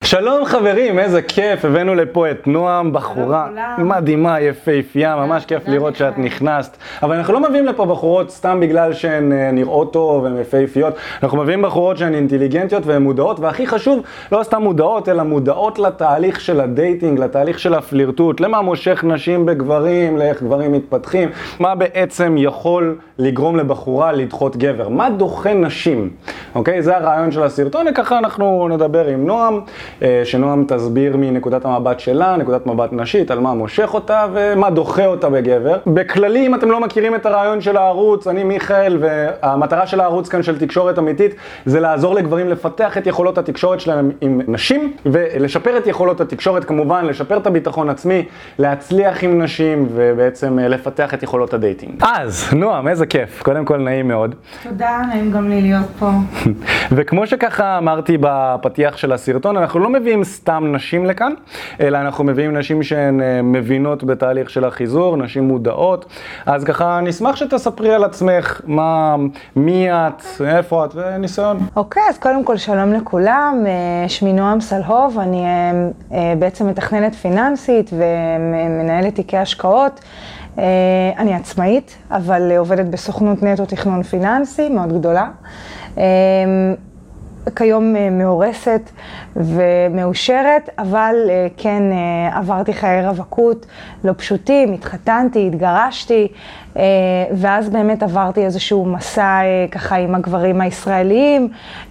שלום חברים, איזה כיף, הבאנו לפה את נועם, בחורה מדהימה, יפהפייה, ממש כיף לראות שאת נכנסת. אבל אנחנו לא מביאים לפה בחורות סתם בגלל שהן נראות טוב והן יפהפיות, אנחנו מביאים בחורות שהן אינטליגנטיות והן מודעות, והכי חשוב, לא סתם מודעות, אלא מודעות לתהליך של הדייטינג, לתהליך של הפלירטוט, למה מושך נשים בגברים, לאיך גברים מתפתחים, מה בעצם יכול לגרום לבחורה לדחות גבר, מה דוחה נשים, אוקיי? זה הרעיון של הסרטון, וככה אנחנו נדבר עם נועם, שנועם תסביר מנקודת המבט שלה, נקודת מבט נשית, על מה מושך אותה ומה דוחה אותה בגבר. בכללי, אם אתם לא מכירים את הרעיון של הערוץ, אני מיכאל, והמטרה של הערוץ כאן של תקשורת אמיתית, זה לעזור לגברים לפתח את יכולות התקשורת שלהם עם נשים, ולשפר את יכולות התקשורת כמובן, לשפר את הביטחון עצמי, להצליח עם נשים, ובעצם לפתח את יכולות הדייטינג. אז, נועם, איזה כיף. קודם כל, נעים מאוד. תודה, נעים גם לי להיות פה. וכמו שככה אמרתי בפתיח של הסרטון, אנחנו לא מביאים סתם נשים לכאן, אלא אנחנו מביאים נשים שהן מבינות בתהליך של החיזור, נשים מודעות. אז ככה נשמח שתספרי על עצמך, מי את, איפה את וניסיון. אוקיי, אז קודם כל שלום לכולם, שמי נועם סלהוב, אני בעצם מתכננת פיננסית ומנהלת תיקי השקעות. אני עצמאית, אבל עובדת בסוכנות נטו תכנון פיננסי, מאוד גדולה. כיום מאורסת ומאושרת, אבל כן עברתי חיי רווקות לא פשוטים, התחתנתי, התגרשתי, ואז באמת עברתי איזשהו מסע ככה עם הגברים הישראליים,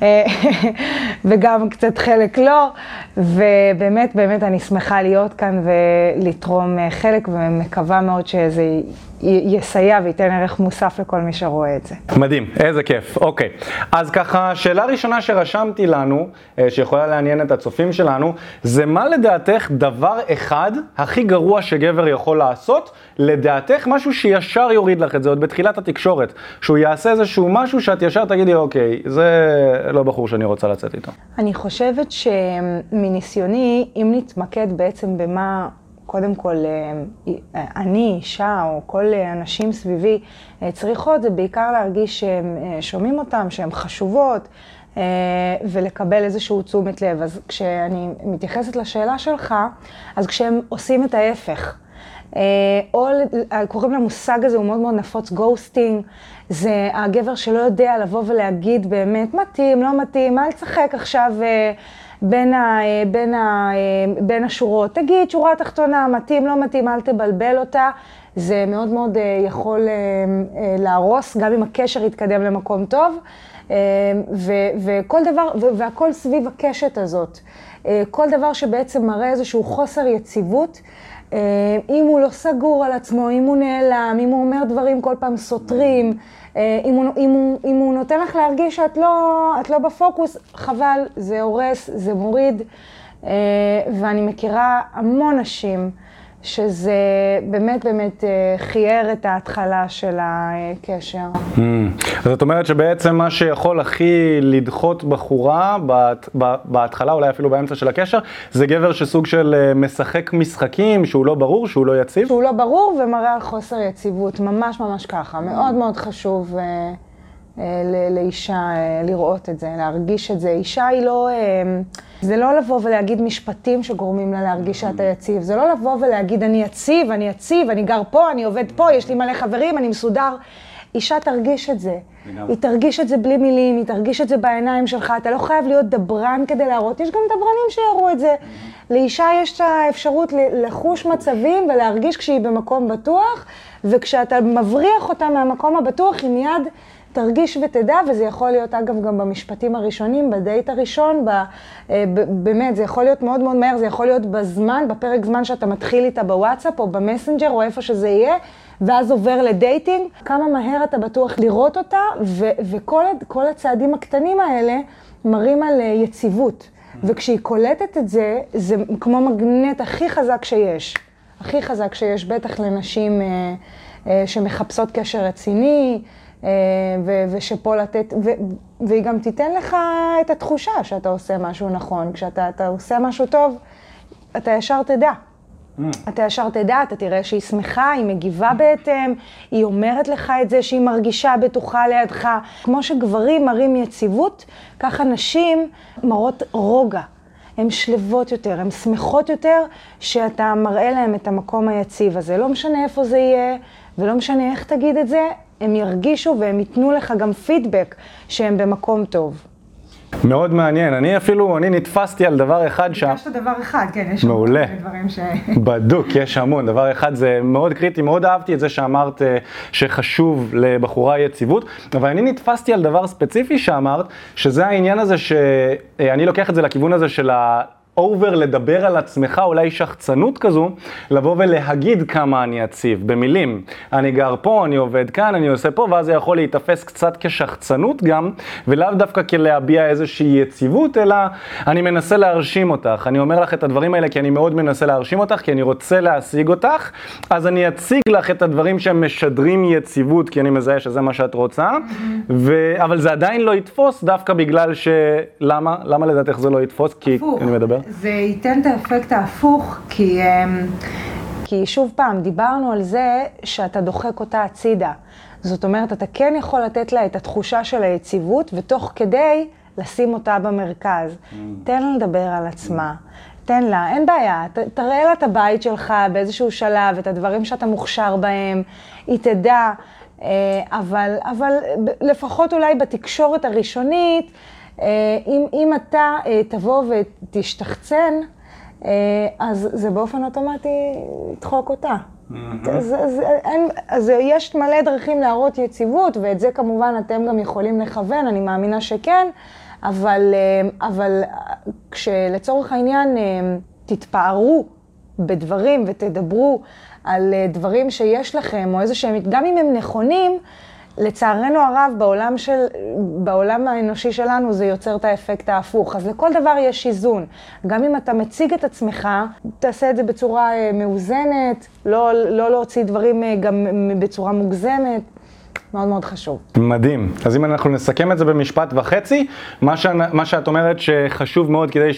וגם קצת חלק לא, ובאמת באמת אני שמחה להיות כאן ולתרום חלק, ומקווה מאוד שזה יסייע וייתן ערך מוסף לכל מי שרואה את זה. מדהים, איזה כיף. אוקיי, אז ככה, שאלה ראשונה שרשמתי לנו, שיכולה לעניין את הצופים שלנו, זה מה לדעתך דבר אחד הכי גרוע שגבר יכול לעשות, לדעתך משהו שישר יוריד לך את זה, עוד בתחילת התקשורת, שהוא יעשה איזשהו משהו שאת ישר תגידי, אוקיי, זה לא בחור שאני רוצה לצאת איתו. אני חושבת שמניסיוני, אם נתמקד בעצם במה, קודם כל, אני, אישה או כל אנשים סביבי צריכות, זה בעיקר להרגיש שהם שומעים אותם, שהן חשובות, ולקבל איזשהו תשומת לב. אז כשאני מתייחסת לשאלה שלך, אז כשהם עושים את ההפך, או קוראים למושג הזה, הוא מאוד מאוד נפוץ, גוסטינג, זה הגבר שלא יודע לבוא ולהגיד באמת, מתאים, לא מתאים, אל תשחק עכשיו בין השורות, תגיד שורה תחתונה, מתאים, לא מתאים, אל תבלבל אותה, זה מאוד מאוד יכול להרוס, גם אם הקשר יתקדם למקום טוב, וכל דבר, והכל סביב הקשת הזאת, כל דבר שבעצם מראה איזשהו חוסר יציבות, אם הוא לא סגור על עצמו, אם הוא נעלם, אם הוא אומר דברים כל פעם סותרים, אם הוא נותן לך להרגיש שאת לא בפוקוס, חבל, זה הורס, זה מוריד, ואני מכירה המון נשים שזה באמת באמת חייר את ההתחלה של הקשר. אז זאת אומרת שבעצם מה שיכול הכי לדחות בחורה בהתחלה, אולי אפילו באמצע של הקשר, זה גבר שסוג של משחק משחקים, שהוא לא ברור, שהוא לא יציב? שהוא לא ברור ומראה על חוסר יציבות, ממש ממש ככה. מאוד מאוד חשוב לאישה לראות את זה, להרגיש את זה. אישה היא לא, זה לא לבוא ולהגיד משפטים שגורמים לה להרגיש שאתה יציב, זה לא לבוא ולהגיד אני יציב, אני גר פה, אני עובד פה, יש לי מלא חברים, אני מסודר. אישה תרגיש את זה, היא תרגיש את זה בלי מילים, היא תרגיש את זה בעיניים שלך, אתה לא חייב להיות דברן כדי להראות, יש גם דברנים שיראו את זה. לאישה יש את האפשרות לחוש מצבים ולהרגיש כשהיא במקום בטוח, וכשאתה מבריח אותה מהמקום הבטוח היא מיד תרגיש ותדע, וזה יכול להיות אגב גם במשפטים הראשונים, בדייט הראשון, באמת זה יכול להיות מאוד מאוד מהר, זה יכול להיות בזמן, בפרק זמן שאתה מתחיל איתה בוואטסאפ או במסנג'ר או איפה שזה יהיה, ואז עובר לדייטינג, כמה מהר אתה בטוח לראות אותה, וכל הצעדים הקטנים האלה מראים על יציבות. וכשהיא קולטת את זה, זה כמו מגנט הכי חזק שיש. הכי חזק שיש, בטח לנשים שמחפשות קשר רציני, ושפה לתת, והיא גם תיתן לך את התחושה שאתה עושה משהו נכון. כשאתה עושה משהו טוב, אתה ישר תדע. אתה ישר תדע, אתה תראה שהיא שמחה, היא מגיבה בהתאם, היא אומרת לך את זה שהיא מרגישה בטוחה לידך. כמו שגברים מראים יציבות, ככה נשים מראות רוגע. הן שלבות יותר, הן שמחות יותר, שאתה מראה להם את המקום היציב הזה. לא משנה איפה זה יהיה, ולא משנה איך תגיד את זה, הם ירגישו והם ייתנו לך גם פידבק שהם במקום טוב. מאוד מעניין. אני נתפסתי על דבר אחד שם. ביקשת דבר אחד, כן, יש מעולה. המון דברים ש... בדוק, יש המון. דבר אחד זה מאוד קריטי, מאוד אהבתי את זה שאמרת שחשוב לבחורה יציבות, אבל אני נתפסתי על דבר ספציפי שאמרת, שזה העניין הזה שאני לוקח את זה לכיוון הזה של אובר לדבר על עצמך, אולי שחצנות כזו, לבוא ולהגיד כמה אני יציב, במילים. אני גר פה, אני עובד כאן, אני עושה פה, ואז זה יכול להתאפס קצת כשחצנות גם, ולאו דווקא כלהביע איזושהי יציבות, אלא אני מנסה להרשים אותך. אני אומר לך את הדברים האלה כי אני מאוד מנסה להרשים אותך, כי אני רוצה להשיג אותך, אז אני אציג לך את הדברים שהם משדרים יציבות, כי אני מזהה שזה מה שאת רוצה, אבל זה עדיין לא יתפוס, דווקא בגלל למה? למה לדעת איך זה לא יתפוס? כי אני מדבר. זה ייתן את האפקט ההפוך, כי שוב פעם, דיברנו על זה שאתה דוחק אותה הצידה. זאת אומרת, אתה כן יכול לתת לה את התחושה של היציבות, ותוך כדי לשים אותה במרכז. תן לה לדבר על עצמה, תן לה, אין בעיה, תראה לה את הבית שלך באיזשהו שלב, את הדברים שאתה מוכשר בהם, היא תדע, אבל לפחות אולי בתקשורת הראשונית, אם אתה תבוא ותשתחצן, אז זה באופן אוטומטי ידחוק אותה. אז יש מלא דרכים להראות יציבות, ואת זה כמובן אתם גם יכולים לכוון, אני מאמינה שכן, אבל כשלצורך העניין תתפארו בדברים ותדברו על דברים שיש לכם, או איזה שהם, גם אם הם נכונים, לצערנו הרב, בעולם האנושי שלנו זה יוצר את האפקט ההפוך. אז לכל דבר יש איזון. גם אם אתה מציג את עצמך, תעשה את זה בצורה מאוזנת, לא להוציא דברים גם בצורה מוגזמת. מאוד מאוד חשוב. מדהים. אז אם אנחנו נסכם את זה במשפט וחצי, מה שאת אומרת שחשוב מאוד כדי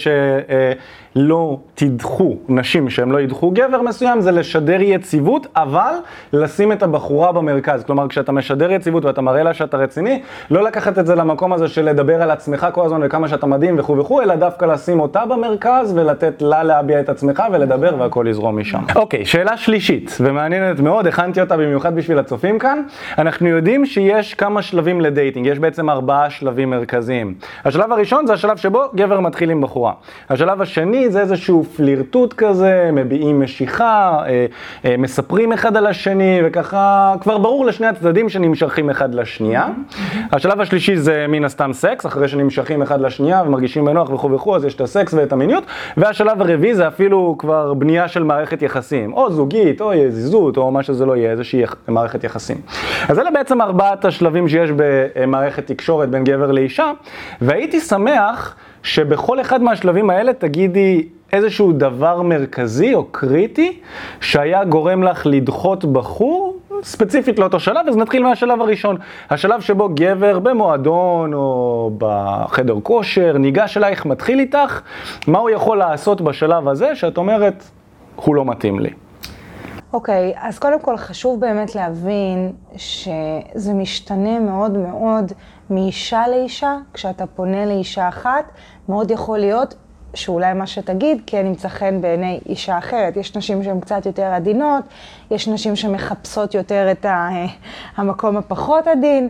שלא תדחו נשים, שהם לא ידחו גבר מסוים, זה לשדר יציבות, אבל לשים את הבחורה במרכז. כלומר, כשאתה משדר יציבות ואתה מראה לה שאתה רציני, לא לקחת את זה למקום הזה של לדבר על עצמך כל הזמן וכמה שאתה מדהים וכו', אלא דווקא לשים אותה במרכז ולתת לה להביע את עצמך ולדבר והכל יזרום משם. אוקיי, שאלה שלישית, ומעניינת מאוד, הכנתי אותה במיוחד בשביל הצופים כאן. אנחנו יודעים שיש כמה שלבים לדייטינג, יש בעצם 4 שלבים מרכזיים. השלב הראשון זה השלב שבו גבר מתחיל עם בחורה. השלב השני זה איזשהו פלירטוט כזה, מביעים משיכה, מספרים אחד על השני, וככה כבר ברור לשני הצדדים שנמשכים אחד לשנייה. השלב השלישי זה מן הסתם סקס, אחרי שנמשכים אחד לשנייה ומרגישים בנוח וכו', אז יש את הסקס ואת המיניות. והשלב הרביעי זה אפילו כבר בנייה של מערכת יחסים, או זוגית, או יזיזות, או מה שזה לא יהיה, איזושהי מערכת יחסים. אז אלה בעצם 4 השלבים שיש במערכת תקשורת בין גבר לאישה, והייתי שמח שבכל אחד מהשלבים האלה תגידי איזשהו דבר מרכזי או קריטי שהיה גורם לך לדחות בחור, ספציפית לאותו שלב, אז נתחיל מהשלב הראשון. השלב שבו גבר במועדון או בחדר כושר, ניגש אלייך, מתחיל איתך, מה הוא יכול לעשות בשלב הזה שאת אומרת, הוא לא מתאים לי. אוקיי, אז קודם כל חשוב באמת להבין שזה משתנה מאוד מאוד מאישה לאישה. כשאתה פונה לאישה אחת, מאוד יכול להיות שאולי מה שתגיד כן ימצא חן בעיני אישה אחרת. יש נשים שהן קצת יותר עדינות, יש נשים שמחפשות יותר את המקום הפחות עדין,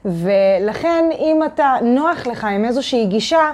ולכן אם אתה נוח לך עם איזושהי גישה,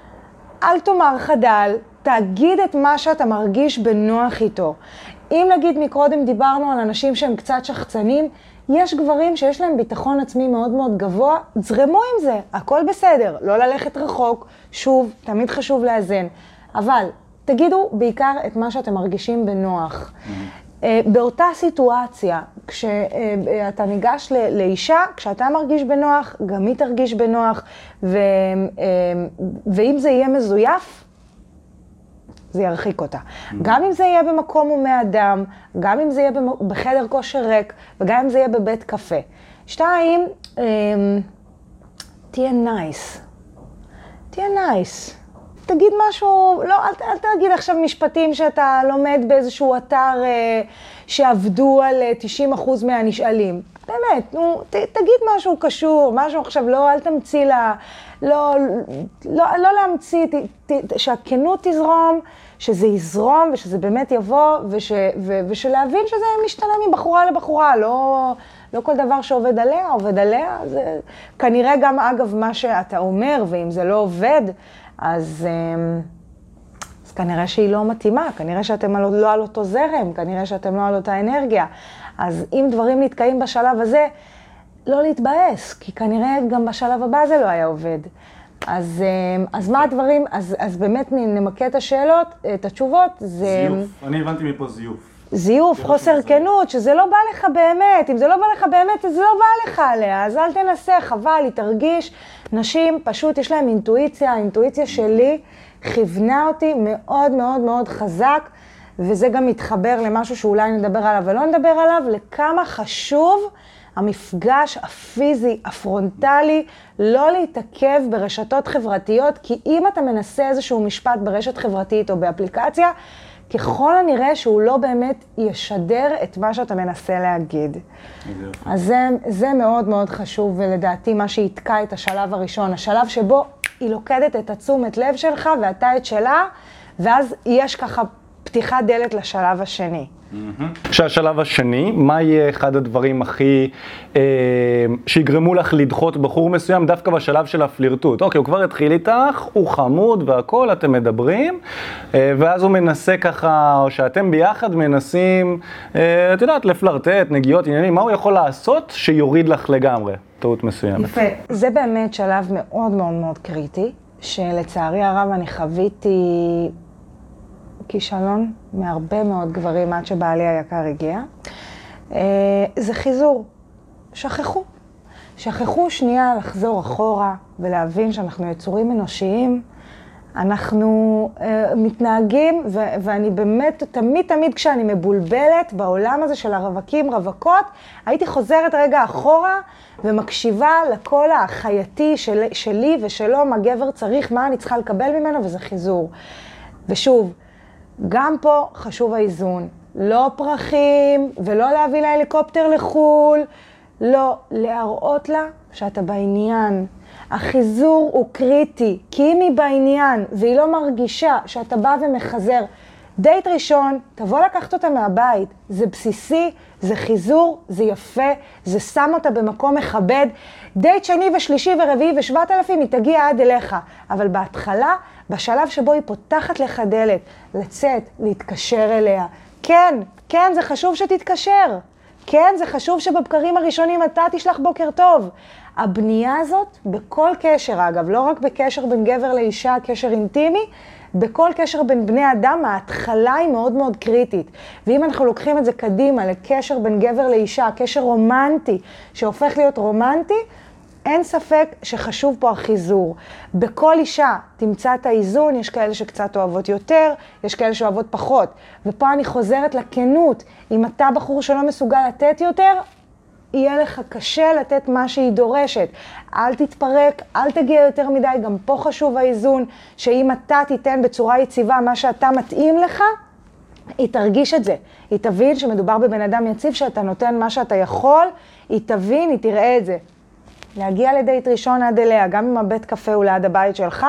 אל תאמר חדל, תגיד את מה שאתה מרגיש בנוח איתו. אם נגיד מקודם דיברנו על אנשים שהם קצת שחצנים, יש גברים שיש להם ביטחון עצמי מאוד מאוד גבוה, זרמו עם זה, הכל בסדר, לא ללכת רחוק, שוב, תמיד חשוב לאזן. אבל תגידו בעיקר את מה שאתם מרגישים בנוח. באותה סיטואציה, כשאתה ניגש לאישה, כשאתה מרגיש בנוח, גם היא תרגיש בנוח, ואם זה יהיה מזויף, זה ירחיק אותה. גם אם זה יהיה במקום הומי אדם, גם אם זה יהיה בחדר כושר ריק, וגם אם זה יהיה בבית קפה. 2, תהיה נייס. תהיה נייס. תגיד משהו, לא, אל תגיד עכשיו משפטים שאתה לומד באיזשהו אתר שעבדו על 90% מהנשאלים. באמת, נו, תגיד משהו קשור, משהו עכשיו, לא, אל תמציא לה, לא להמציא, שהכנות תזרום, שזה יזרום ושזה באמת יבוא, ושלהבין שזה משתנה מבחורה לבחורה, לא כל דבר שעובד עליה, זה כנראה גם אגב מה שאתה אומר, ואם זה לא עובד, אז כנראה שהיא לא מתאימה, כנראה שאתם לא על אותו זרם, כנראה שאתם לא על אותה אנרגיה. אז אם דברים נתקעים בשלב הזה, לא להתבאס, כי כנראה גם בשלב הבא זה לא היה עובד. אז מה הדברים, אז באמת נמקד את השאלות, את התשובות, זה... זיוף, אני הבנתי מפה זיוף. זיוף, חוסר כנות, שזה לא בא לך באמת, אם זה לא בא לך באמת, אז זה לא בא לך עליה, אז אל תנסה, חבל, היא תרגיש. נשים פשוט יש להם אינטואיציה, האינטואיציה שלי כיוונה אותי מאוד מאוד מאוד חזק, וזה גם מתחבר למשהו שאולי נדבר עליו ולא נדבר עליו, לכמה חשוב המפגש הפיזי, הפרונטלי, לא להתעכב ברשתות חברתיות, כי אם אתה מנסה איזשהו משפט ברשת חברתית או באפליקציה, ככל הנראה שהוא לא באמת ישדר את מה שאתה מנסה להגיד. אז זה מאוד מאוד חשוב, ולדעתי מה שיתקע את השלב הראשון, השלב שבו היא לוקדת את התשומת לב שלך ואתה את שלה, ואז יש ככה פתיחת דלת לשלב השני. שהשלב השני, מה יהיה אחד הדברים הכי שיגרמו לך לדחות בחור מסוים דווקא בשלב של הפלירטוט? אוקיי, הוא כבר התחיל איתך, הוא חמוד והכל, אתם מדברים, ואז הוא מנסה ככה, או שאתם ביחד מנסים, את יודעת, לפלרטט, נגיעות, עניינים, מה הוא יכול לעשות שיוריד לך לגמרי טעות מסוימת? יפה, זה באמת שלב מאוד מאוד מאוד קריטי, שלצערי הרב אני חוויתי כישלון מהרבה מאוד גברים עד שבעלי היקר הגיע. זה חיזור. שכחו שנייה לחזור אחורה ולהבין שאנחנו יצורים אנושיים. אנחנו מתנהגים, ואני באמת תמיד כשאני מבולבלת בעולם הזה של הרווקים, רווקות, הייתי חוזרת רגע אחורה ומקשיבה לקול החייתי שלי ושלו, מה גבר צריך, מה אני צריכה לקבל ממנו, וזה חיזור. ושוב, גם פה חשוב האיזון, לא פרחים ולא להביא להליקופטר לחול, לא, להראות לה שאתה בעניין. החיזור הוא קריטי, כי אם היא בעניין והיא לא מרגישה שאתה בא ומחזר, דייט ראשון, תבוא לקחת אותה מהבית, זה בסיסי, זה חיזור, זה יפה, זה שם אותה במקום מכבד. דייט שני ושלישי ורביעי ו7,000 היא תגיע עד אליך, אבל בהתחלה, בשלב שבו היא פותחת לך דלת, לצאת, להתקשר אליה. כן, זה חשוב שתתקשר. כן, זה חשוב שבבקרים הראשונים אתה תשלח בוקר טוב. הבנייה הזאת, בכל קשר אגב, לא רק בקשר בין גבר לאישה, קשר אינטימי, בכל קשר בין בני אדם, ההתחלה היא מאוד מאוד קריטית. ואם אנחנו לוקחים את זה קדימה לקשר בין גבר לאישה, קשר רומנטי שהופך להיות רומנטי, אין ספק שחשוב פה החיזור. בכל אישה תמצא את האיזון, יש כאלה שקצת אוהבות יותר, יש כאלה שאוהבות פחות. ופה אני חוזרת לכנות, אם אתה בחור שלא מסוגל לתת יותר, יהיה לך קשה לתת מה שהיא דורשת. אל תתפרק, אל תגיע יותר מדי, גם פה חשוב האיזון, שאם אתה תיתן בצורה יציבה מה שאתה מתאים לך, היא תרגיש את זה. היא תבין שמדובר בבן אדם יציב, שאתה נותן מה שאתה יכול, היא תבין, היא תראה את זה. להגיע לדייט ראשון עד אליה, גם אם הבית קפה הוא ליד הבית שלך,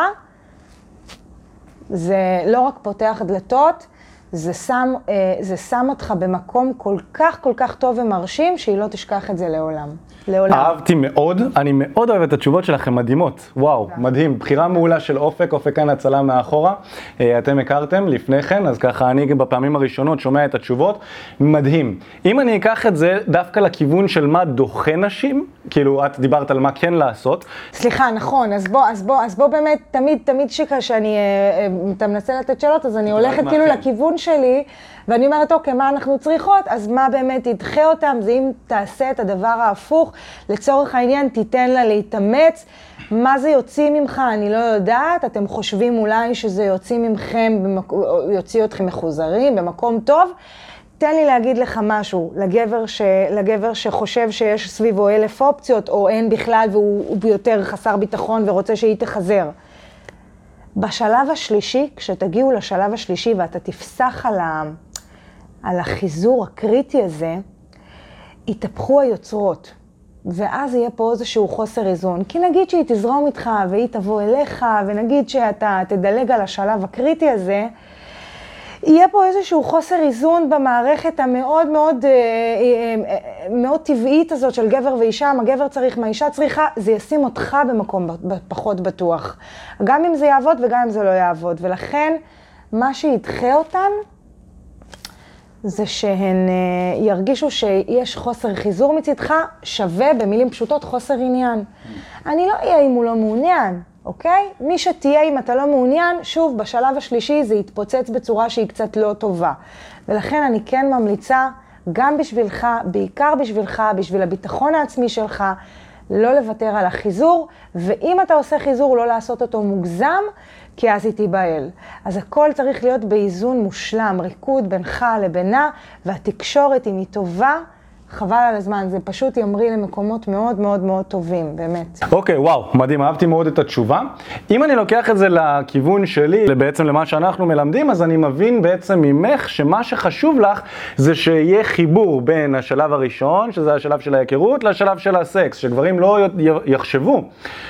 זה לא רק פותח דלתות, זה שם אותך במקום כל כך טוב ומרשים, שהיא לא תשכח את זה לעולם. אהבתי מאוד, אני מאוד אוהב את התשובות שלכם, מדהימות. וואו, מדהים. בחירה מעולה של אופק כאן הצלה מאחורה. אתם הכרתם לפני כן, אז ככה אני בפעמים הראשונות שומע את התשובות. מדהים. אם אני אקח את זה דווקא לכיוון של מה דוחה נשים, כאילו את דיברת על מה כן לעשות. סליחה, נכון, אז בוא באמת, תמיד שכשאני מנסה לתת שאלות, אז אני הולכת כאילו לכיוון שלי, ואני אומרת, אוקיי, מה אנחנו צריכות? אז מה באמת ידחה אותם? זה אם תעשה את הדבר ההפוך, לצורך העניין תיתן לה להתאמץ. מה זה יוציא ממך? אני לא יודעת. אתם חושבים אולי שזה יוציא אתכם מחוזרים במקום טוב? תן לי להגיד לך משהו, לגבר שחושב שיש סביבו 1000 אופציות, או אין בכלל והוא ביותר חסר ביטחון ורוצה שהיא תחזר. בשלב השלישי, כשתגיעו לשלב השלישי ואתה תפסח על החיזור הקריטי הזה, יתהפכו היוצרות. ואז יהיה פה איזשהו חוסר איזון. כי נגיד שהיא תזרום איתך והיא תבוא אליך, ונגיד שאתה תדלג על השלב הקריטי הזה, יהיה פה איזשהו חוסר איזון במערכת המאוד מאוד, מאוד טבעית הזאת של גבר ואישה, מה גבר צריך, מה אישה צריכה, זה ישים אותך במקום פחות בטוח. גם אם זה יעבוד וגם אם זה לא יעבוד. ולכן, מה שידחה אותן, זה שהן ירגישו שיש חוסר חיזור מצדך, שווה במילים פשוטות חוסר עניין. אני לא אהיה אם הוא לא מעוניין, אוקיי? מי שתהיה אם אתה לא מעוניין, שוב, בשלב השלישי זה יתפוצץ בצורה שהיא קצת לא טובה. ולכן אני כן ממליצה, גם בשבילך, בעיקר בשבילך, בשביל הביטחון העצמי שלך, לא לוותר על החיזור, ואם אתה עושה חיזור, לא לעשות אותו מוגזם, כי אז היא תיבהל. אז הכל צריך להיות באיזון מושלם, ריקוד בינך לבינה, והתקשורת, אם היא טובה, חבל על הזמן, זה פשוט ימריא למקומות מאוד מאוד מאוד טובים, באמת. אוקיי, וואו, מדהים, אהבתי מאוד את התשובה. אם אני לוקח את זה לכיוון שלי, בעצם למה שאנחנו מלמדים, אז אני מבין בעצם ממך שמה שחשוב לך זה שיהיה חיבור בין השלב הראשון, שזה השלב של ההיכרות, לשלב של הסקס, שגברים לא יחשבו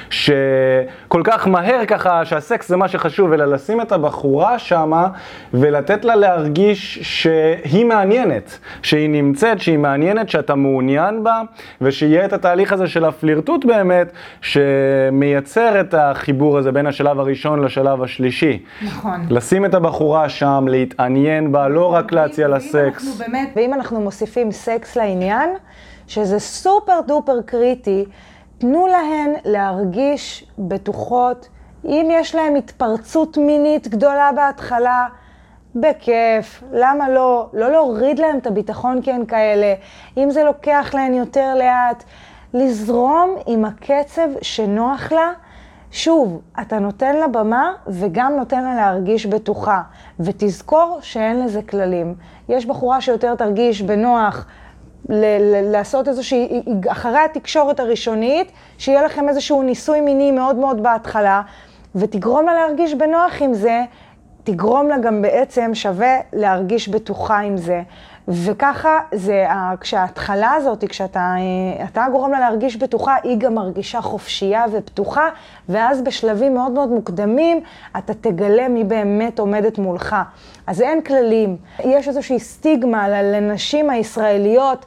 שכל כך מהר ככה שהסקס זה מה שחשוב, אלא לשים את הבחורה שמה ולתת לה להרגיש שהיא מעניינת, שהיא נמצאת, שהיא מעניינת, שאתה מעוניין בה, ושיהיה את התהליך הזה של הפלירטוט באמת, שמייצר את החיבור הזה בין השלב הראשון לשלב השלישי. נכון. לשים את הבחורה שם, להתעניין בה, לא רק להציע לסקס. ואם אנחנו מוסיפים סקס לעניין, שזה סופר דופר קריטי, תנו להן להרגיש בטוחות, אם יש להן התפרצות מינית גדולה בהתחלה, בכיף, למה לא? לא להוריד להם את הביטחון כי הן כאלה. אם זה לוקח להן יותר לאט, לזרום עם הקצב שנוח לה. שוב, אתה נותן לה במה וגם נותן לה להרגיש בטוחה. ותזכור שאין לזה כללים. יש בחורה שיותר תרגיש בנוח לעשות איזושהי, אחרי התקשורת הראשונית, שיהיה לכם איזשהו ניסוי מיני מאוד מאוד בהתחלה, ותגרום לה להרגיש בנוח עם זה, תגרום לה גם בעצם שווה להרגיש בטוחה עם זה. וככה זה, כשההתחלה הזאת, כשאתה גורם לה להרגיש בטוחה, היא גם מרגישה חופשייה ופתוחה, ואז בשלבים מאוד מאוד מוקדמים, אתה תגלה מי באמת עומדת מולך. אז אין כללים. יש איזושהי סטיגמה לנשים הישראליות,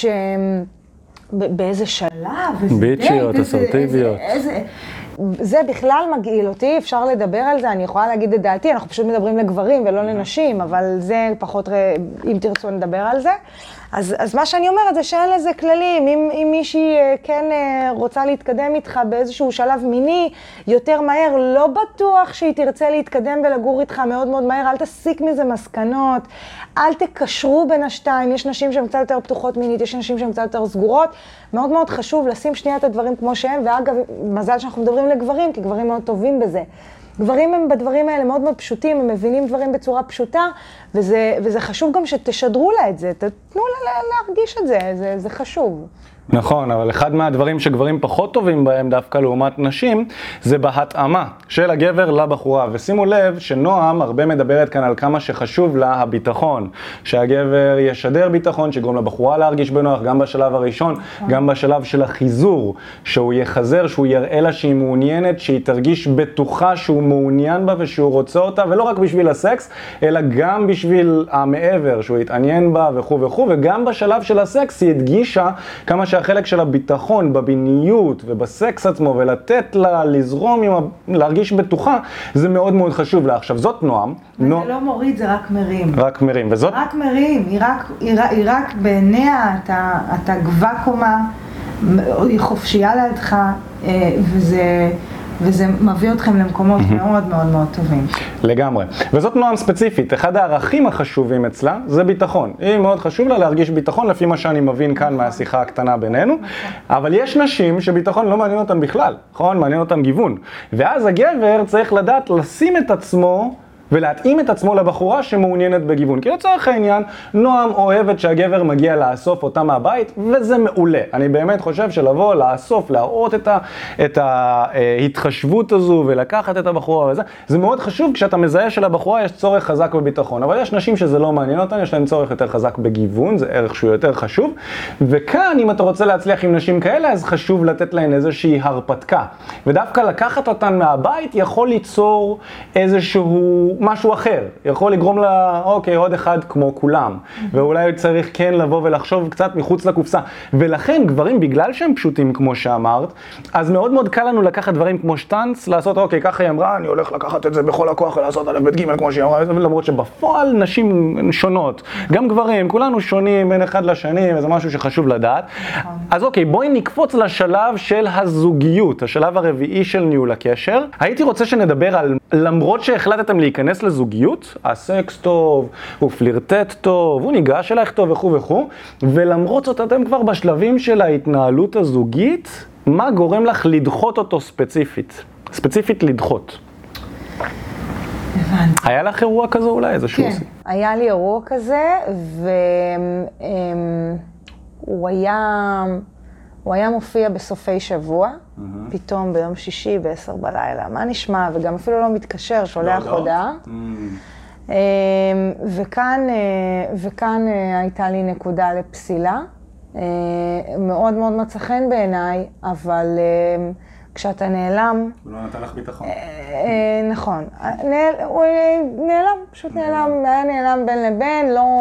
באיזה שלב, ביצ'יות, אסרטיביות. זה בכלל מגעיל אותי, אפשר לדבר על זה, אני יכולה להגיד את דעתי, אנחנו פשוט מדברים לגברים ולא לנשים, אבל זה פחות, אם תרצו נדבר על זה. אז מה שאני אומרת זה שאין לזה כללים, אם מישהי כן רוצה להתקדם איתך באיזשהו שלב מיני יותר מהר, לא בטוח שהיא תרצה להתקדם ולגור איתך מאוד מאוד מהר, אל תסיק מזה מסקנות, אל תקשרו בין השתיים, יש נשים שהן קצת יותר פתוחות מינית, יש נשים שהן קצת יותר סגורות, מאוד מאוד חשוב לשים שנייה את הדברים כמו שהם, ואגב, מזל שאנחנו מדברים לגברים, כי גברים מאוד טובים בזה. גברים הם בדברים האלה מאוד מאוד פשוטים, הם מבינים דברים בצורה פשוטה, וזה חשוב גם שתשדרו לה את זה, תתנו לה להרגיש את זה, זה חשוב. נכון, אבל אחד מהדברים שגברים פחות טובים בהם דווקא לעומת נשים, זה בהתאמה של הגבר לבחורה. ושימו לב שנועם הרבה מדברת כאן על כמה שחשוב לה הביטחון. שהגבר ישדר ביטחון, שגורם לבחורה להרגיש בנוח, גם בשלב הראשון, גם בשלב של החיזור. שהוא יחזר, שהוא יראה לה שהיא מעוניינת, שהיא תרגיש בטוחה שהוא מעוניין בה ושהוא רוצה אותה, ולא רק בשביל הסקס, אלא גם בשביל המעבר, שהוא יתעניין בה וכו' וכו', וגם בשלב של הסקס היא הדגישה כמה שהחלק של הביטחון בביניות ובסקס עצמו ולתת לה לזרום, להרגיש בטוחה, זה מאוד מאוד חשוב לה. עכשיו זאת נועם. זה לא מוריד, זה רק מרים. רק מרים, וזאת? רק מרים, היא רק בעיניה, אתה גבה קומה, היא חופשייה לידך, וזה מביא אתכם למקומות מאוד מאוד מאוד טובים. לגמרי. וזאת נועם ספציפית. אחד הערכים החשובים אצלה זה ביטחון. היא מאוד חשוב לה להרגיש ביטחון, לפי מה שאני מבין כאן מהשיחה הקטנה בינינו. אבל יש נשים שביטחון לא מעניין אותן בכלל. נכון? מעניין אותן גיוון. ואז הגבר צריך לדעת לשים את עצמו ולהתאים את עצמו לבחורה שמעוניינת בגיוון. כי לצורך העניין, נועם אוהבת שהגבר מגיע לאסוף אותה מהבית, וזה מעולה. אני באמת חושב שלבוא, לאסוף, להראות את ההתחשבות הזו ולקחת את הבחורה וזה, זה מאוד חשוב כשאתה מזהה שלבחורה יש צורך חזק בביטחון. אבל יש נשים שזה לא מעניין אותן, יש להן צורך יותר חזק בגיוון, זה ערך שהוא יותר חשוב. וכאן, אם אתה רוצה להצליח עם נשים כאלה, אז חשוב לתת להן איזושהי הרפתקה. ודווקא לקחת אותן מהבית יכול ליצור איזשהו משהו אחר. יכול לגרום לה, אוקיי, עוד אחד כמו כולם. ואולי צריך כן לבוא ולחשוב קצת מחוץ לקופסה. ולכן גברים, בגלל שהם פשוטים כמו שאמרת, אז מאוד מאוד קל לנו לקחת דברים כמו שטנץ, לעשות, אוקיי, ככה היא אמרה, אני הולך לקחת את זה בכל הכוח ולעשות א' ב' ג' כמו שהיא אמרה, למרות שבפועל נשים שונות. גם גברים, כולנו שונים בין אחד לשני, וזה משהו שחשוב לדעת. אז אוקיי, בואי נקפוץ לשלב של הזוגיות, השלב הרביעי של ניהול הקשר. הייתי רוצה שנדבר על, למרות שהחלטתם להיכנס לזוגיות, הסקס טוב, הוא פלירטט טוב, הוא ניגש אלייך טוב וכו' וכו', ולמרות זאת אתם כבר בשלבים של ההתנהלות הזוגית, מה גורם לך לדחות אותו ספציפית? ספציפית לדחות. הבנתי. היה לך אירוע כזה אולי? איזשהו כן, היה לי אירוע כזה, והוא היה מופיע בסופי שבוע, פתאום ביום שישי ב-10 בלילה. מה נשמע? וגם אפילו לא מתקשר, שולח הודעה. וכאן הייתה לי נקודה לפסילה. מאוד מאוד מצא חן בעיניי, אבל כשאתה נעלם... הוא לא נתן לך ביטחון. נכון. הוא נעלם, פשוט נעלם, היה נעלם בין לבין, לא...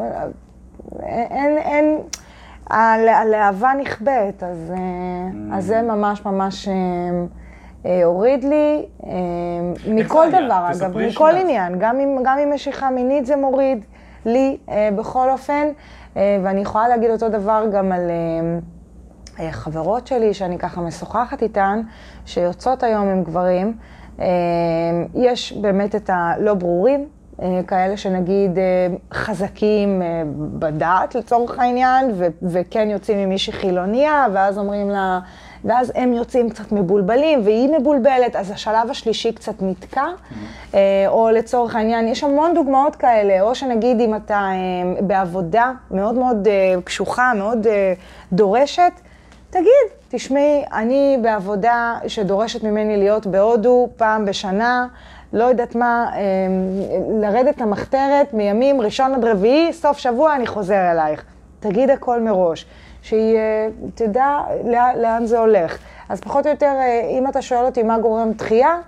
אין... הלהבה נכבדת, אז זה ממש ממש הוריד לי, מכל דבר אגב, מכל עניין, גם עם משיכה מינית זה מוריד לי בכל אופן, ואני יכולה להגיד אותו דבר גם על חברות שלי, שאני ככה משוחחת איתן, שיוצאות היום עם גברים, יש באמת את הלא ברורים, כאלה שנגיד חזקים בדעת לצורך העניין, וכן יוצאים עם מישהי חילוניה, ואז אומרים לה, ואז הם יוצאים קצת מבולבלים, והיא מבולבלת, אז השלב השלישי קצת נתקע, או לצורך העניין, יש המון דוגמאות כאלה, או שנגיד אם אתה בעבודה מאוד מאוד קשוחה, מאוד דורשת, תגיד, תשמעי, אני בעבודה שדורשת ממני להיות בהודו פעם בשנה, לא יודעת מה, לרדת למחתרת מימים ראשון עד רביעי, סוף שבוע אני חוזר אלייך. תגיד הכל מראש, שהיא תדע לאן זה הולך. אז פחות או יותר, אם אתה שואל אותי מה גורם דחייה,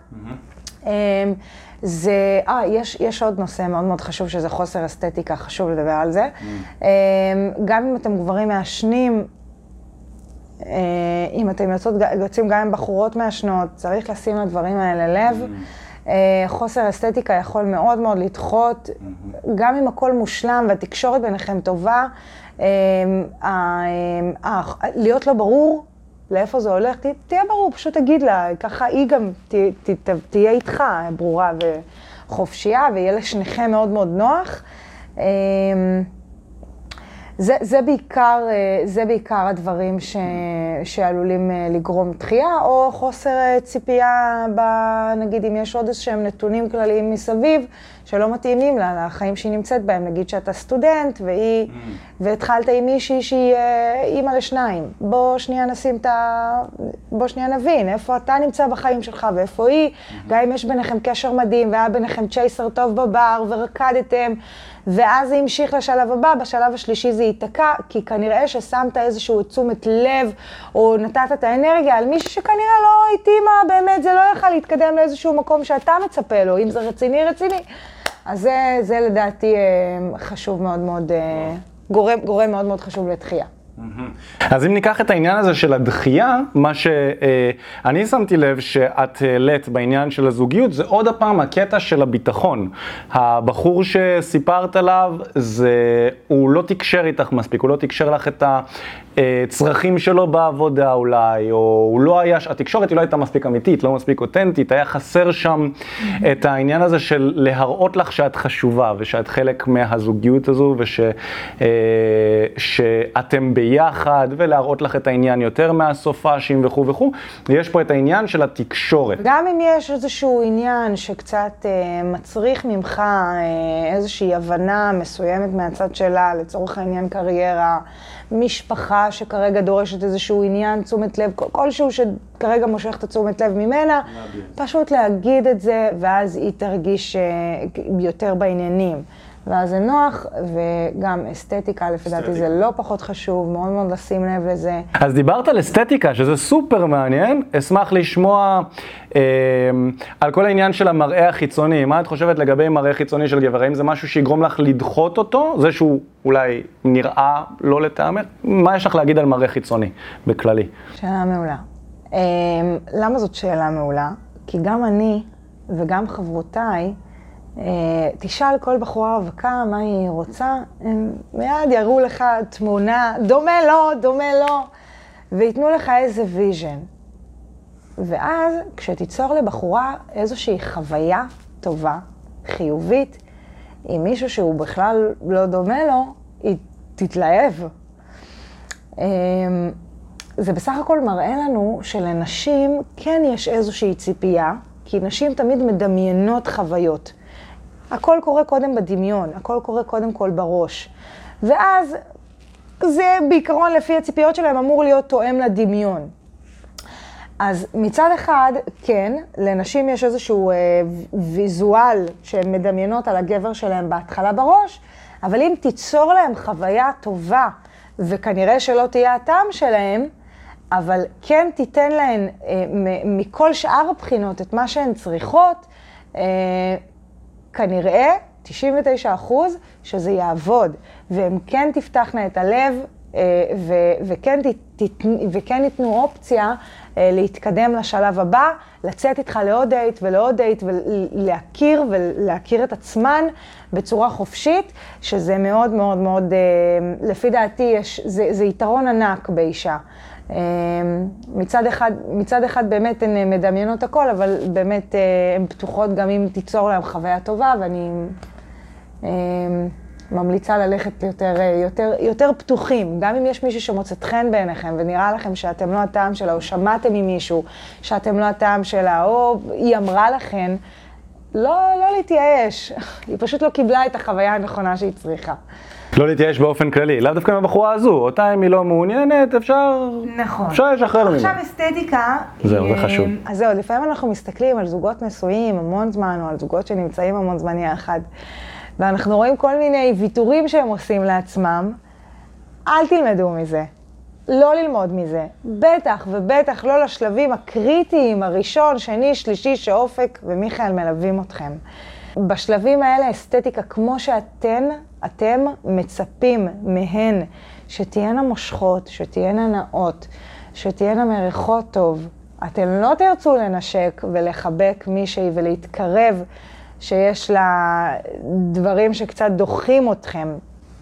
זה, יש עוד נושא מאוד מאוד חשוב, שזה חוסר אסתטיקה, חשוב לדבר על זה. גם אם אתם גברים מעשנים, אם אתם יוצאים גם עם בחורות מעשנות, צריך לשים לדברים האלה לב. חוסר אסתטיקה יכול מאוד מאוד לדחות, גם אם הכל מושלם והתקשורת ביניכם טובה, להיות לא ברור לאיפה זה הולך, תהיה ברור, פשוט תגיד לה, ככה היא גם תהיה איתך ברורה וחופשייה, ויהיה לשניכם מאוד מאוד נוח. זה בעיקר הדברים שעלולים לגרום דחייה, או חוסר ציפייה, נגיד אם יש עוד איזשהם נתונים כלליים מסביב, שלא מתאימים לה, לחיים שהיא נמצאת בהם. נגיד שאתה סטודנט, והתחלת עם מישהי שהיא אימא לשניים. בוא שנייה נבין, איפה אתה נמצא בחיים שלך ואיפה היא, גם אם יש ביניכם קשר מדהים, והיה ביניכם צ'ייסר טוב בבר, ורקדתם, ואז זה המשיך לשלב הבא, בשלב השלישי זה ייתקע, כי כנראה ששמת איזשהו תשומת לב, או נתת את האנרגיה על מישהו שכנראה לא התאימה, באמת זה לא יכל להתקדם לאיזשהו מקום שאתה מצפה לו, אם זה רציני. אז זה לדעתי חשוב מאוד מאוד, גורם מאוד מאוד חשוב לדחייה. אז אם ניקח את העניין הזה של הדחייה, מה שאני שמתי לב שאת העלית בעניין של הזוגיות, זה עוד הפעם הקטע של הביטחון. הבחור שסיפרת עליו, הוא לא תקשר איתך מספיק, הוא לא תקשר לך את הצרכים שלו בעבודה אולי, או הוא לא היה, התקשורת היא לא הייתה מספיק אמיתית, לא מספיק אותנטית, היה חסר שם את העניין הזה של להראות לך שאת חשובה, ושאת חלק מהזוגיות הזו, שאתם ביחד, ולהראות לך את העניין יותר מהסופאשים וכו' וכו'. יש פה את העניין של התקשורת. גם אם יש איזשהו עניין שקצת מצריך ממך איזושהי הבנה מסוימת מהצד שלה, לצורך העניין קריירה, משפחה שכרגע דורשת איזשהו עניין, תשומת לב, כלשהו שכרגע מושך את התשומת לב ממנה, פשוט להגיד את זה, ואז היא תרגיש יותר בעניינים. ואז זה נוח, וגם אסתטיקה, לפי דעתי זה לא פחות חשוב, מאוד מאוד לשים לב לזה. אז דיברת על אסתטיקה, שזה סופר מעניין, אשמח לשמוע על כל העניין של המראה החיצוני. מה את חושבת לגבי מראה חיצוני של גבר? האם זה משהו שיגרום לך לדחות אותו? זה שהוא אולי נראה לא לטעמך? מה יש לך להגיד על מראה חיצוני בכללי? שאלה מעולה. למה זאת שאלה מעולה? כי גם אני וגם חברותיי, תשאל כל בחורה רווקה מה היא רוצה, הם מיד יראו לך תמונה, דומה לו, ויתנו לך איזה ויז'ן. ואז כשתיצור לבחורה איזושהי חוויה טובה, חיובית, עם מישהו שהוא בכלל לא דומה לו, היא תתלהב. זה בסך הכל מראה לנו שלנשים כן יש איזושהי ציפייה, כי נשים תמיד מדמיינות חוויות. הכל קורה קודם בדמיון, הכל קורה קודם כל בראש. ואז זה בעיקרון לפי הציפיות שלהם אמור להיות תואם לדמיון. אז מצד אחד, כן, לנשים יש איזשהו ויזואל שהן מדמיינות על הגבר שלהם בהתחלה בראש, אבל אם תיצור להם חוויה טובה, וכנראה שלא תהיה הטעם שלהם, אבל כן תיתן להן מכל שאר הבחינות את מה שהן צריכות, כנראה 99% שזה יעבוד, והם כן תפתחנה את הלב, וכן ייתנו אופציה להתקדם לשלב הבא, לצאת איתך לעוד דייט ולעוד דייט, ולהכיר את עצמן בצורה חופשית, שזה מאוד מאוד מאוד, לפי דעתי, זה יתרון ענק באישה. מצד אחד באמת הן מדמיינות הכל, אבל באמת הן פתוחות גם אם תיצור להם חוויה טובה, ואני ממליצה ללכת יותר פתוחים. גם אם יש מישהו שמוצאת חן בעיניכם ונראה לכם שאתם לא הטעם שלה, או שמעתם ממישהו שאתם לא הטעם שלה, או היא אמרה לכם, לא להתייאש. היא פשוט לא קיבלה את החוויה הנכונה שהיא צריכה. לא להתייאש באופן כללי, לאו דווקא מהבחורה הזו, אותה אם היא לא מעוניינת, אפשר לשחרר ממנה. עכשיו אסתטיקה. זהו, זה חשוב. אז זהו, לפעמים אנחנו מסתכלים על זוגות נשואים המון זמן, או על זוגות שנמצאים המון זמן יחד, ואנחנו רואים כל מיני ויתורים שהם עושים לעצמם. אל תלמדו מזה, לא ללמוד מזה, בטח ובטח לא לשלבים הקריטיים, הראשון, שני, שלישי, שאופק ומיכאל מלווים אתכם. בשלבים האלה אסתטיקה כמו שאתם מצפים מהן, שתהיינה מושכות, שתהיינה נאות, שתהיינה מריחות טוב. אתם לא תרצו לנשק ולחבק מישהי ולהתקרב שיש לה דברים שקצת דוחים אתכם.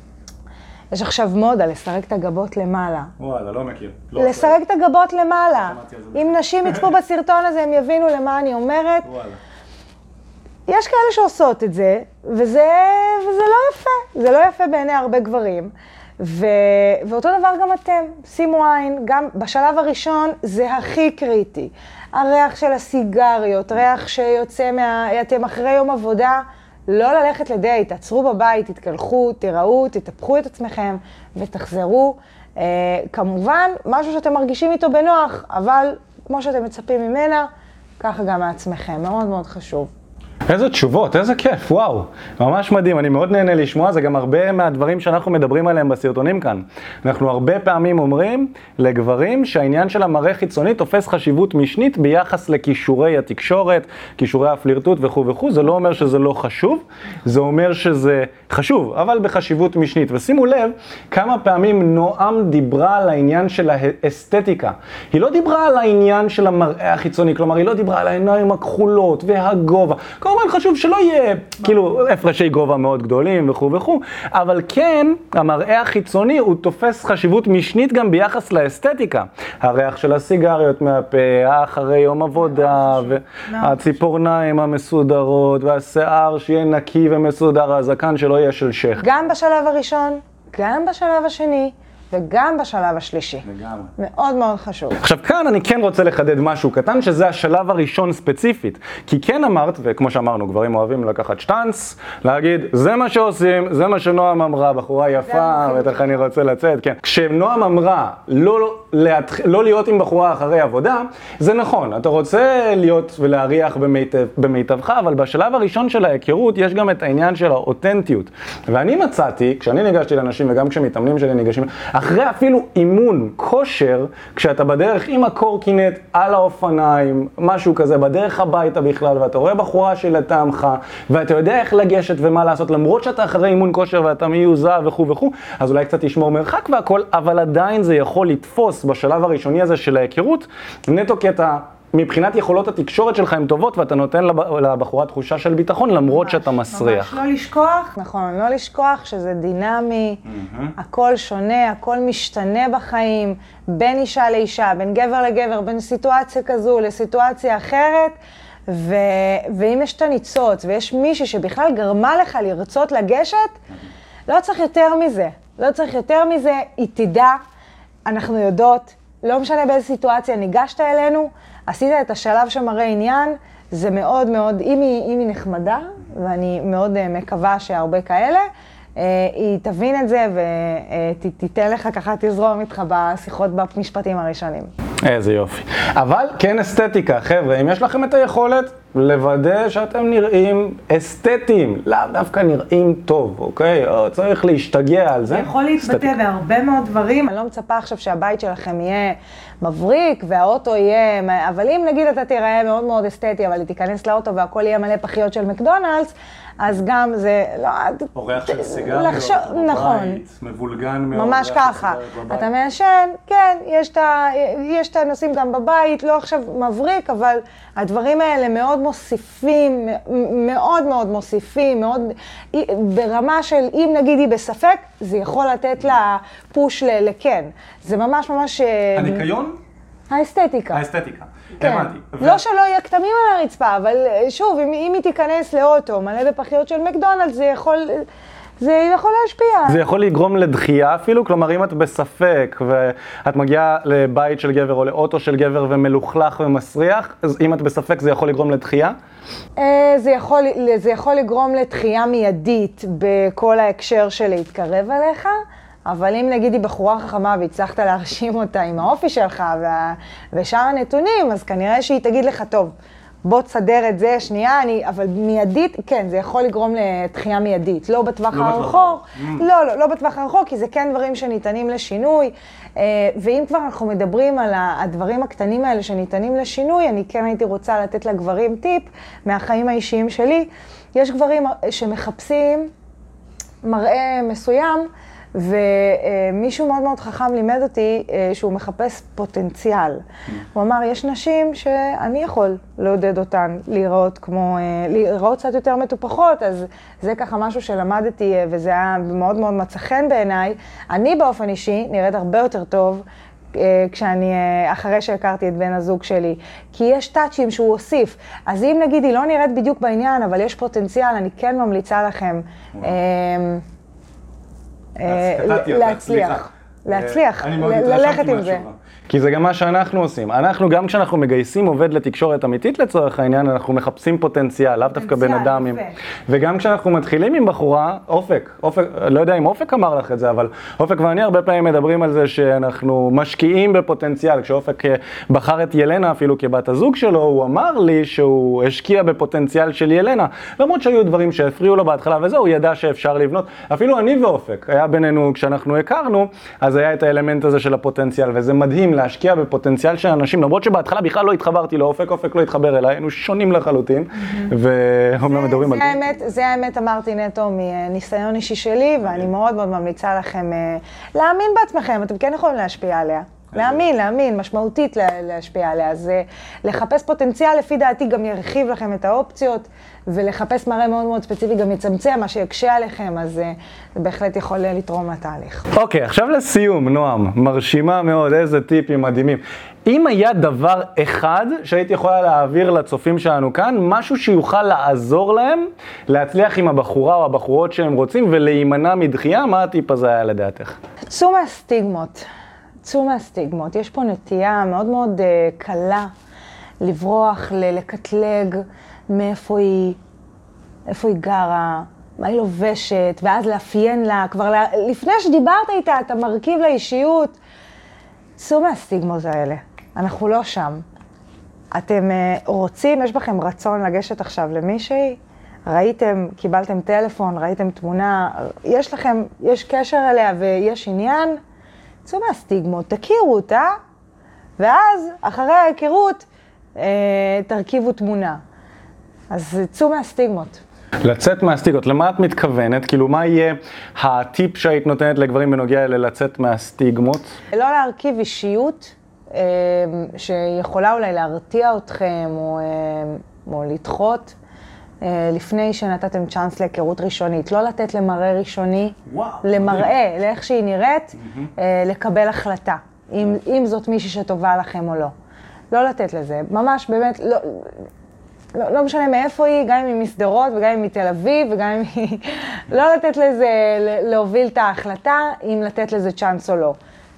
יש עכשיו מודה לסרק את הגבות למעלה. וואלה, לא מכיר. לסרק את הגבות למעלה. אם נשים יצפו בסרטון הזה, הם יבינו למה אני אומרת. וואלה. יש כאלה שעושות את זה, וזה לא יפה. זה לא יפה בעיני הרבה גברים. ואותו דבר גם אתם. שימו עין, גם בשלב הראשון זה הכי קריטי. הריח של הסיגריות, ריח שיוצא אתם אחרי יום עבודה, לא ללכת לדייט, תעצרו בבית, תתקלחו, תיראו, תטפחו את עצמכם ותחזרו. כמובן, משהו שאתם מרגישים איתו בנוח, אבל כמו שאתם מצפים ממנה, ככה גם מעצמכם. מאוד מאוד חשוב. איזה תשובות, איזה כיף, וואו. ממש מדהים, אני מאוד נהנה לשמוע, זה גם הרבה מהדברים שאנחנו מדברים עליהם בסרטונים כאן. אנחנו הרבה פעמים אומרים לגברים שהעניין של המראה חיצוני תופס חשיבות משנית ביחס לכישורי התקשורת, כישורי הפלירטוט וכו' וכו'. זה לא אומר שזה לא חשוב, זה אומר שזה חשוב, אבל בחשיבות משנית. ושימו לב כמה פעמים נועם דיברה על העניין של האסתטיקה. היא לא דיברה על העניין של המראה החיצוני, כלומר היא לא דיברה על העיניים הכחולות והגובה. כמובן חשוב שלא יהיה כאילו הפרשי גובה מאוד גדולים וכו' וכו', אבל כן, המראה החיצוני הוא תופס חשיבות משנית גם ביחס לאסתטיקה. הריח של הסיגריות מהפה, אחרי יום עבודה, והציפורניים המסודרות, והשיער שיהיה נקי ומסודר, הזקן שלא יהיה של שייך. גם בשלב הראשון, גם בשלב השני, וגם בשלב השלישי. לגמרי. מאוד מאוד חשוב. עכשיו כאן אני כן רוצה לחדד משהו קטן, שזה השלב הראשון ספציפית. כי כן אמרת, וכמו שאמרנו, גברים אוהבים לקחת שטנץ, להגיד, זה מה שעושים, זה מה שנועם אמרה, בחורה יפה, בטח אני רוצה לצאת, כן. כשנועם אמרה לא להיות עם בחורה אחרי עבודה, זה נכון, אתה רוצה להיות ולהריח במיטבך, אבל בשלב הראשון של ההיכרות יש גם את העניין של האותנטיות. ואני מצאתי, כשאני ניגשתי לאנשים וגם כשמתאמנים שלי ניגשים, אחרי אפילו אימון, כושר, כשאתה בדרך עם הקורקינט על האופניים, משהו כזה, בדרך הביתה בכלל, ואתה רואה בחורה של לטעמך, ואתה יודע איך לגשת ומה לעשות, למרות שאתה אחרי אימון כושר ואתה מיוזע וכו' וכו', אז אולי קצת תשמור מרחק והכל, אבל עדיין זה יכול לתפוס בשלב הראשוני הזה של ההיכרות, נטו קטע, מבחינת יכולות התקשורת שלך הן טובות, ואתה נותן לבחורה תחושה של ביטחון, למרות שאתה מסריח. ממש לא לשכוח. נכון, לא לשכוח שזה דינמי, הכל שונה, הכל משתנה בחיים, בין אישה לאישה, בין גבר לגבר, בין סיטואציה כזו לסיטואציה אחרת, ואם יש את הניצוץ, ויש מישהי שבכלל גרמה לך לרצות לגשת, לא צריך יותר מזה. לא צריך יותר מזה, היא תדע, אנחנו יודעות, לא משנה באיזה סיטואציה ניגשת אלינו, עשית את השלב שמראה עניין, זה מאוד מאוד, אם היא נחמדה, ואני מאוד מקווה שהרבה כאלה, היא תבין את זה ותיתן לך ככה, תזרום איתך בשיחות במשפטים הראשונים. איזה יופי. אבל כן אסתטיקה, חבר'ה, אם יש לכם את היכולת לוודא שאתם נראים אסתטיים, לאו דווקא נראים טוב, אוקיי? צריך להשתגע על זה. זה יכול להתבטא בהרבה מאוד דברים. אני לא מצפה עכשיו שהבית שלכם יהיה מבריק והאוטו יהיה, אבל אם נגיד אתה תיראה מאוד מאוד אסתטי, אבל תיכנס לאוטו והכל יהיה מלא פחיות של מקדונלדס, אז גם זה לא... אורח של סיגריות בבית, מבולגן מאוד. ממש ככה. אתה מעשן, כן, יש את הנושאים גם בבית, לא עכשיו מבריק, אבל הדברים האלה מאוד מוסיפים, מאוד מאוד מוסיפים, מאוד... ברמה של אם נגיד היא בספק, זה יכול לתת לה פוש לכן. זה ממש ממש... הניקיון? האסתטיקה. האסתטיקה. כן. לא שלא יהיה כתמים על הרצפה, אבל שוב, אם היא תיכנס לאוטו מלא בפחיות של מקדונלדס, זה יכול להשפיע. זה יכול לגרום לדחייה אפילו, כלומר אם את בספק ואת מגיעה לבית של גבר או לאוטו של גבר ומלוכלך ומסריח, אז אם את בספק זה יכול לגרום לדחייה? זה יכול לגרום לדחייה מיידית בכל ההקשר של להתקרב אליך, אבל אם נגיד היא בחורה חכמה והצלחת להרשים אותה עם האופי שלך ושאר הנתונים, אז כנראה שהיא תגיד לך, טוב, בוא תסדר את זה, שנייה, אבל מיידית, כן, זה יכול לגרום לתחייה מיידית, לא בטווח הרחוק, לא בטווח הרחוק, כי זה כן דברים שניתנים לשינוי, ואם כבר אנחנו מדברים על הדברים הקטנים האלה שניתנים לשינוי, אני כן הייתי רוצה לתת לגברים טיפ מהחיים האישיים שלי. יש גברים שמחפשים מראה מסוים, ומישהו מאוד מאוד חכם לימד אותי שהוא מחפש פוטנציאל. הוא אמר, יש נשים שאני יכול לעודד אותן להיראות קצת יותר מטופחות, אז זה ככה משהו שלמדתי וזה היה מאוד מאוד מצא חן בעיניי. אני באופן אישי נראית הרבה יותר טוב אחרי שהכרתי את בן הזוג שלי, כי יש טאצ'ים שהוא הוסיף. אז אם נגיד היא לא נראית בדיוק בעניין, אבל יש פוטנציאל, אני כן ממליצה לכם להצליח, ללכת עם זה. כי זה גם מה שאנחנו עושים. אנחנו, גם כשאנחנו מגייסים עובד לתקשורת אמיתית לצורך העניין, אנחנו מחפשים פוטנציאל, לאו דווקא בן אדם. וגם כשאנחנו מתחילים עם בחורה, אופק, לא יודע אם אופק אמר לך את זה, אבל אופק ואני הרבה פעמים מדברים על זה שאנחנו משקיעים בפוטנציאל. כשאופק בחר את ילנה אפילו כבת הזוג שלו, הוא אמר לי שהוא השקיע בפוטנציאל של ילנה. למרות שהיו דברים שהפריעו לו בהתחלה וזהו, הוא ידע שאפשר לבנות. אפילו אני ואופק, היה בינינו כשאנחנו הכרנו, אז היה את האלמנט הזה של הפוטנציאל, וזה מדהים להשקיע בפוטנציאל של אנשים, למרות שבהתחלה בכלל לא התחברתי לאופק, אופק לא התחבר אליי, היינו שונים לחלוטין, ואומנם מדברים על זה. זה האמת, אמרתי נטו מניסיון אישי שלי, ואני מאוד מאוד ממליצה לכם להאמין בעצמכם, אתם כן יכולים להשפיע עליה. להאמין, משמעותית להשפיע עליה. אז לחפש פוטנציאל, לפי דעתי, גם ירחיב לכם את האופציות, ולחפש מראה מאוד מאוד ספציפי גם יצמצם, מה שיקשה עליכם, אז זה בהחלט יכול לתרום לתהליך. אוקיי, עכשיו לסיום, נועם, מרשימה מאוד, איזה טיפים מדהימים. אם היה דבר אחד שהייתי יכולה להעביר לצופים שלנו כאן, משהו שיוכל לעזור להם להצליח עם הבחורה או הבחורות שהם רוצים ולהימנע מדחייה, מה הטיפ הזה היה לדעתך? צאו מהסטיגמות. יש פה נטייה מאוד מאוד קלה לברוח, לקטלג מאיפה היא גרה, מה היא לובשת, ואז לאפיין לה, כבר לפני שדיברת איתה, אתה מרכיב לאישיות. צאו מהסטיגמות האלה, אנחנו לא שם. אתם רוצים, יש בכם רצון לגשת עכשיו למישהי, ראיתם, קיבלתם טלפון, ראיתם תמונה, יש קשר אליה ויש עניין, צאו מהסטיגמות, תכירו אותה, ואז אחרי ההיכרות תרכיבו תמונה. אז צאו מהסטיגמות. לצאת מהסטיגמות, למה את מתכוונת? כאילו, מה יהיה הטיפ שהיית נותנת לגברים בנוגע ללצאת מהסטיגמות? לא להרכיב אישיות שיכולה אולי להרתיע אתכם או לדחות לפני שנתתם צ'אנס להיכרות ראשונית. לא לתת למראה ראשוני, למראה, לאיך שהיא נראית, לקבל החלטה, אם זאת מישהי שטובה לכם או לא. לא לתת לזה, ממש באמת, לא משנה מאיפה היא, גם אם היא מסדרות וגם אם היא תל אביב וגם אם היא... לא לתת לזה, להוביל את ההחלטה, אם לתת לזה צ'אנס או לא.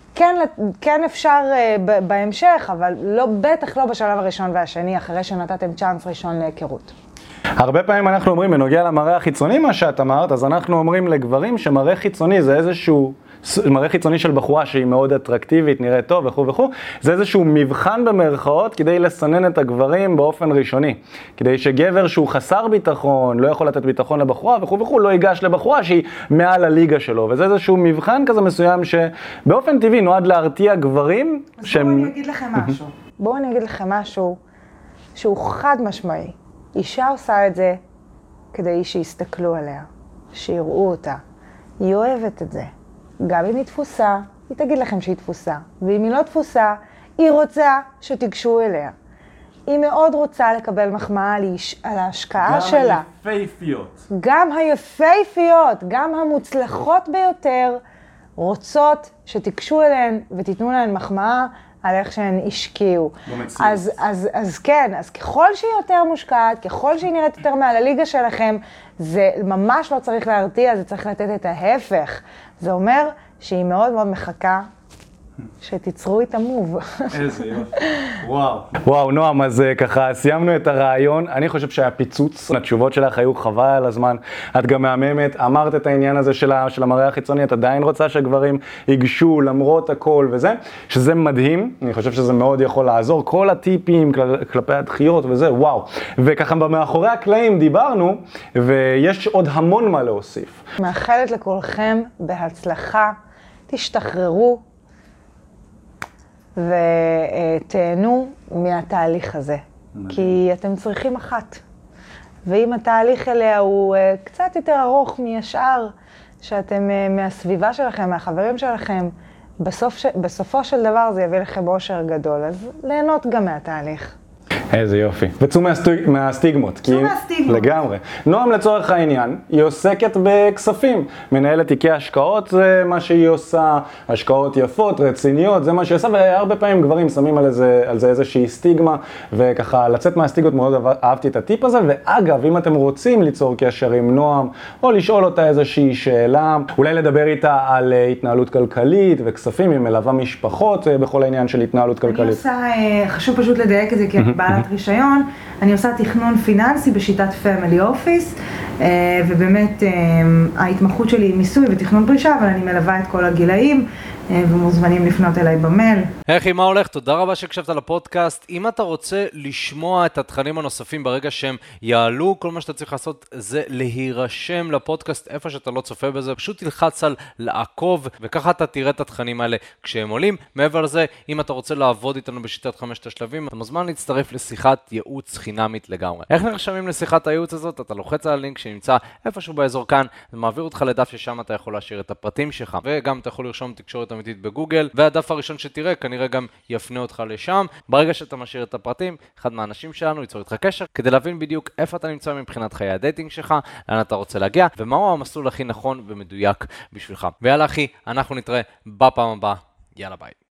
כן אפשר בהמשך, אבל בטח לא בשלב הראשון והשני, אחרי שנתתם צ'אנס ראשון להיכרות. הרבה פעמים אנחנו אומרים, בנוגע למראה החיצוני, מה שאת אמרת, אז אנחנו אומרים לגברים שמראה חיצוני זה איזשהו... מראה חיצוני של בחורה שהיא מאוד אטרקטיבית, נראית טוב וכו', זה איזשהו מבחן במרכאות כדי לסנן את הגברים באופן ראשוני. כדי שגבר שהוא חסר ביטחון, לא יכול לתת ביטחון לבחורה וכו', לא ייגש לבחורה שהיא מעל הליגה שלו. וזה איזשהו מבחן כזה מסוים שבאופן טבעי נועד להרתיע גברים. אז בואו אני אגיד לכם משהו שהוא חד משמעי. אישה עושה את זה כדי שיסתכלו עליה, שיראו אותה. היא אוהבת את זה. גם אם היא תפוסה, היא תגיד לכם שהיא תפוסה. ואם היא לא תפוסה, היא רוצה שתיגשו אליה. היא מאוד רוצה לקבל מחמאה על ההשקעה שלה. גם היפהפיות. גם היפהפיות, גם המוצלחות ביותר, רוצות שתיגשו אליהן ותיתנו להן מחמאה על איך שהן השקיעו. אז כן, אז ככל שהיא יותר מושקעת, ככל שהיא נראית יותר מעל הליגה שלכם, זה ממש לא צריך להרתיע, זה צריך לתת את ההפך. זה אומר שהיא מאוד מאוד מחכה שתיצרו את המוב. איזה יופי. וואו, נועם, אז ככה סיימנו את הרעיון. אני חושב שהיה פיצוץ. התשובות שלך היו חבל על הזמן. את גם מהממת, אמרת את העניין הזה של המראה החיצוני, את עדיין רוצה שגברים ייגשו למרות הכל וזה, שזה מדהים. אני חושב שזה מאוד יכול לעזור. כל הטיפים כלפי הדחיות וזה, וואו. וככה במאחורי הקלעים דיברנו, ויש עוד המון מה להוסיף. מאחלת לכולכם בהצלחה, תשתחררו, ותהנו מהתהליך הזה, כי אתם צריכים אחת. ואם התהליך אליה הוא קצת יותר ארוך מהשאר, שאתם מהסביבה שלכם, מהחברים שלכם, בסופו של דבר זה יביא לכם אושר גדול, אז ליהנות גם מהתהליך. איזה יופי. וצאו מהסטיגמות. צאו מהסטיגמות. לגמרי. נועם לצורך העניין, היא עוסקת בכספים. מנהלת תיקי השקעות זה מה שהיא עושה, השקעות יפות, רציניות, זה מה שהיא עושה, והרבה פעמים גברים שמים על זה איזושהי סטיגמה, וככה לצאת מהסטיגמות מאוד אהבתי את הטיפ הזה, ואגב, אם אתם רוצים ליצור קשר עם נועם, או לשאול אותה איזושהי שאלה, אולי לדבר איתה על התנהלות כלכלית וכספים, היא מלווה משפחות בכל העניין של התנהלות כלכלית. חשוב פשוט לדייק את זה, כי בעלת רישיון, אני עושה תכנון פיננסי בשיטת פמילי אופיס, ובאמת ההתמחות שלי היא מיסוי ותכנון פרישה, אבל אני מלווה את כל הגילאים, ומוזמנים לפנות אליי במייל. היי, מה הולך? תודה רבה שהקשבת לפודקאסט. אם אתה רוצה לשמוע את התכנים הנוספים ברגע שהם יעלו, כל מה שאתה צריך לעשות זה להירשם לפודקאסט איפה שאתה לא צופה בזה, פשוט תלחץ על לעקוב, וככה אתה תראה את התכנים האלה כשהם עולים. מעבר לזה, אם אתה רוצה לעבוד איתנו בשיטת 5 השלבים, אתה מוזמן להצטרף לשיחת ייעוץ חינמית לגמרי. איך נרשמים לשיחת הייעוץ הזאת? אתה לוחץ על הלינק שנמצא איפשהו באזור כאן, ומעביר אותך לדף ששם אתה יכול להשאיר את הפרטים שלך, וגם אתה יכול לרשום תקשורת אמיתית בגוגל, והדף הראשון שתראה כנראה גם יפנה אותך לשם. ברגע שאתה משאיר את הפרטים, אחד מהאנשים שלנו ייצור איתך קשר, כדי להבין בדיוק איפה אתה נמצא מבחינת חיי הדייטינג שלך, לאן אתה רוצה להגיע, ומהו המסלול הכי נכון ומדויק בשבילך. ויאללה אחי, אנחנו נתראה בפעם הבאה. יאללה ביי.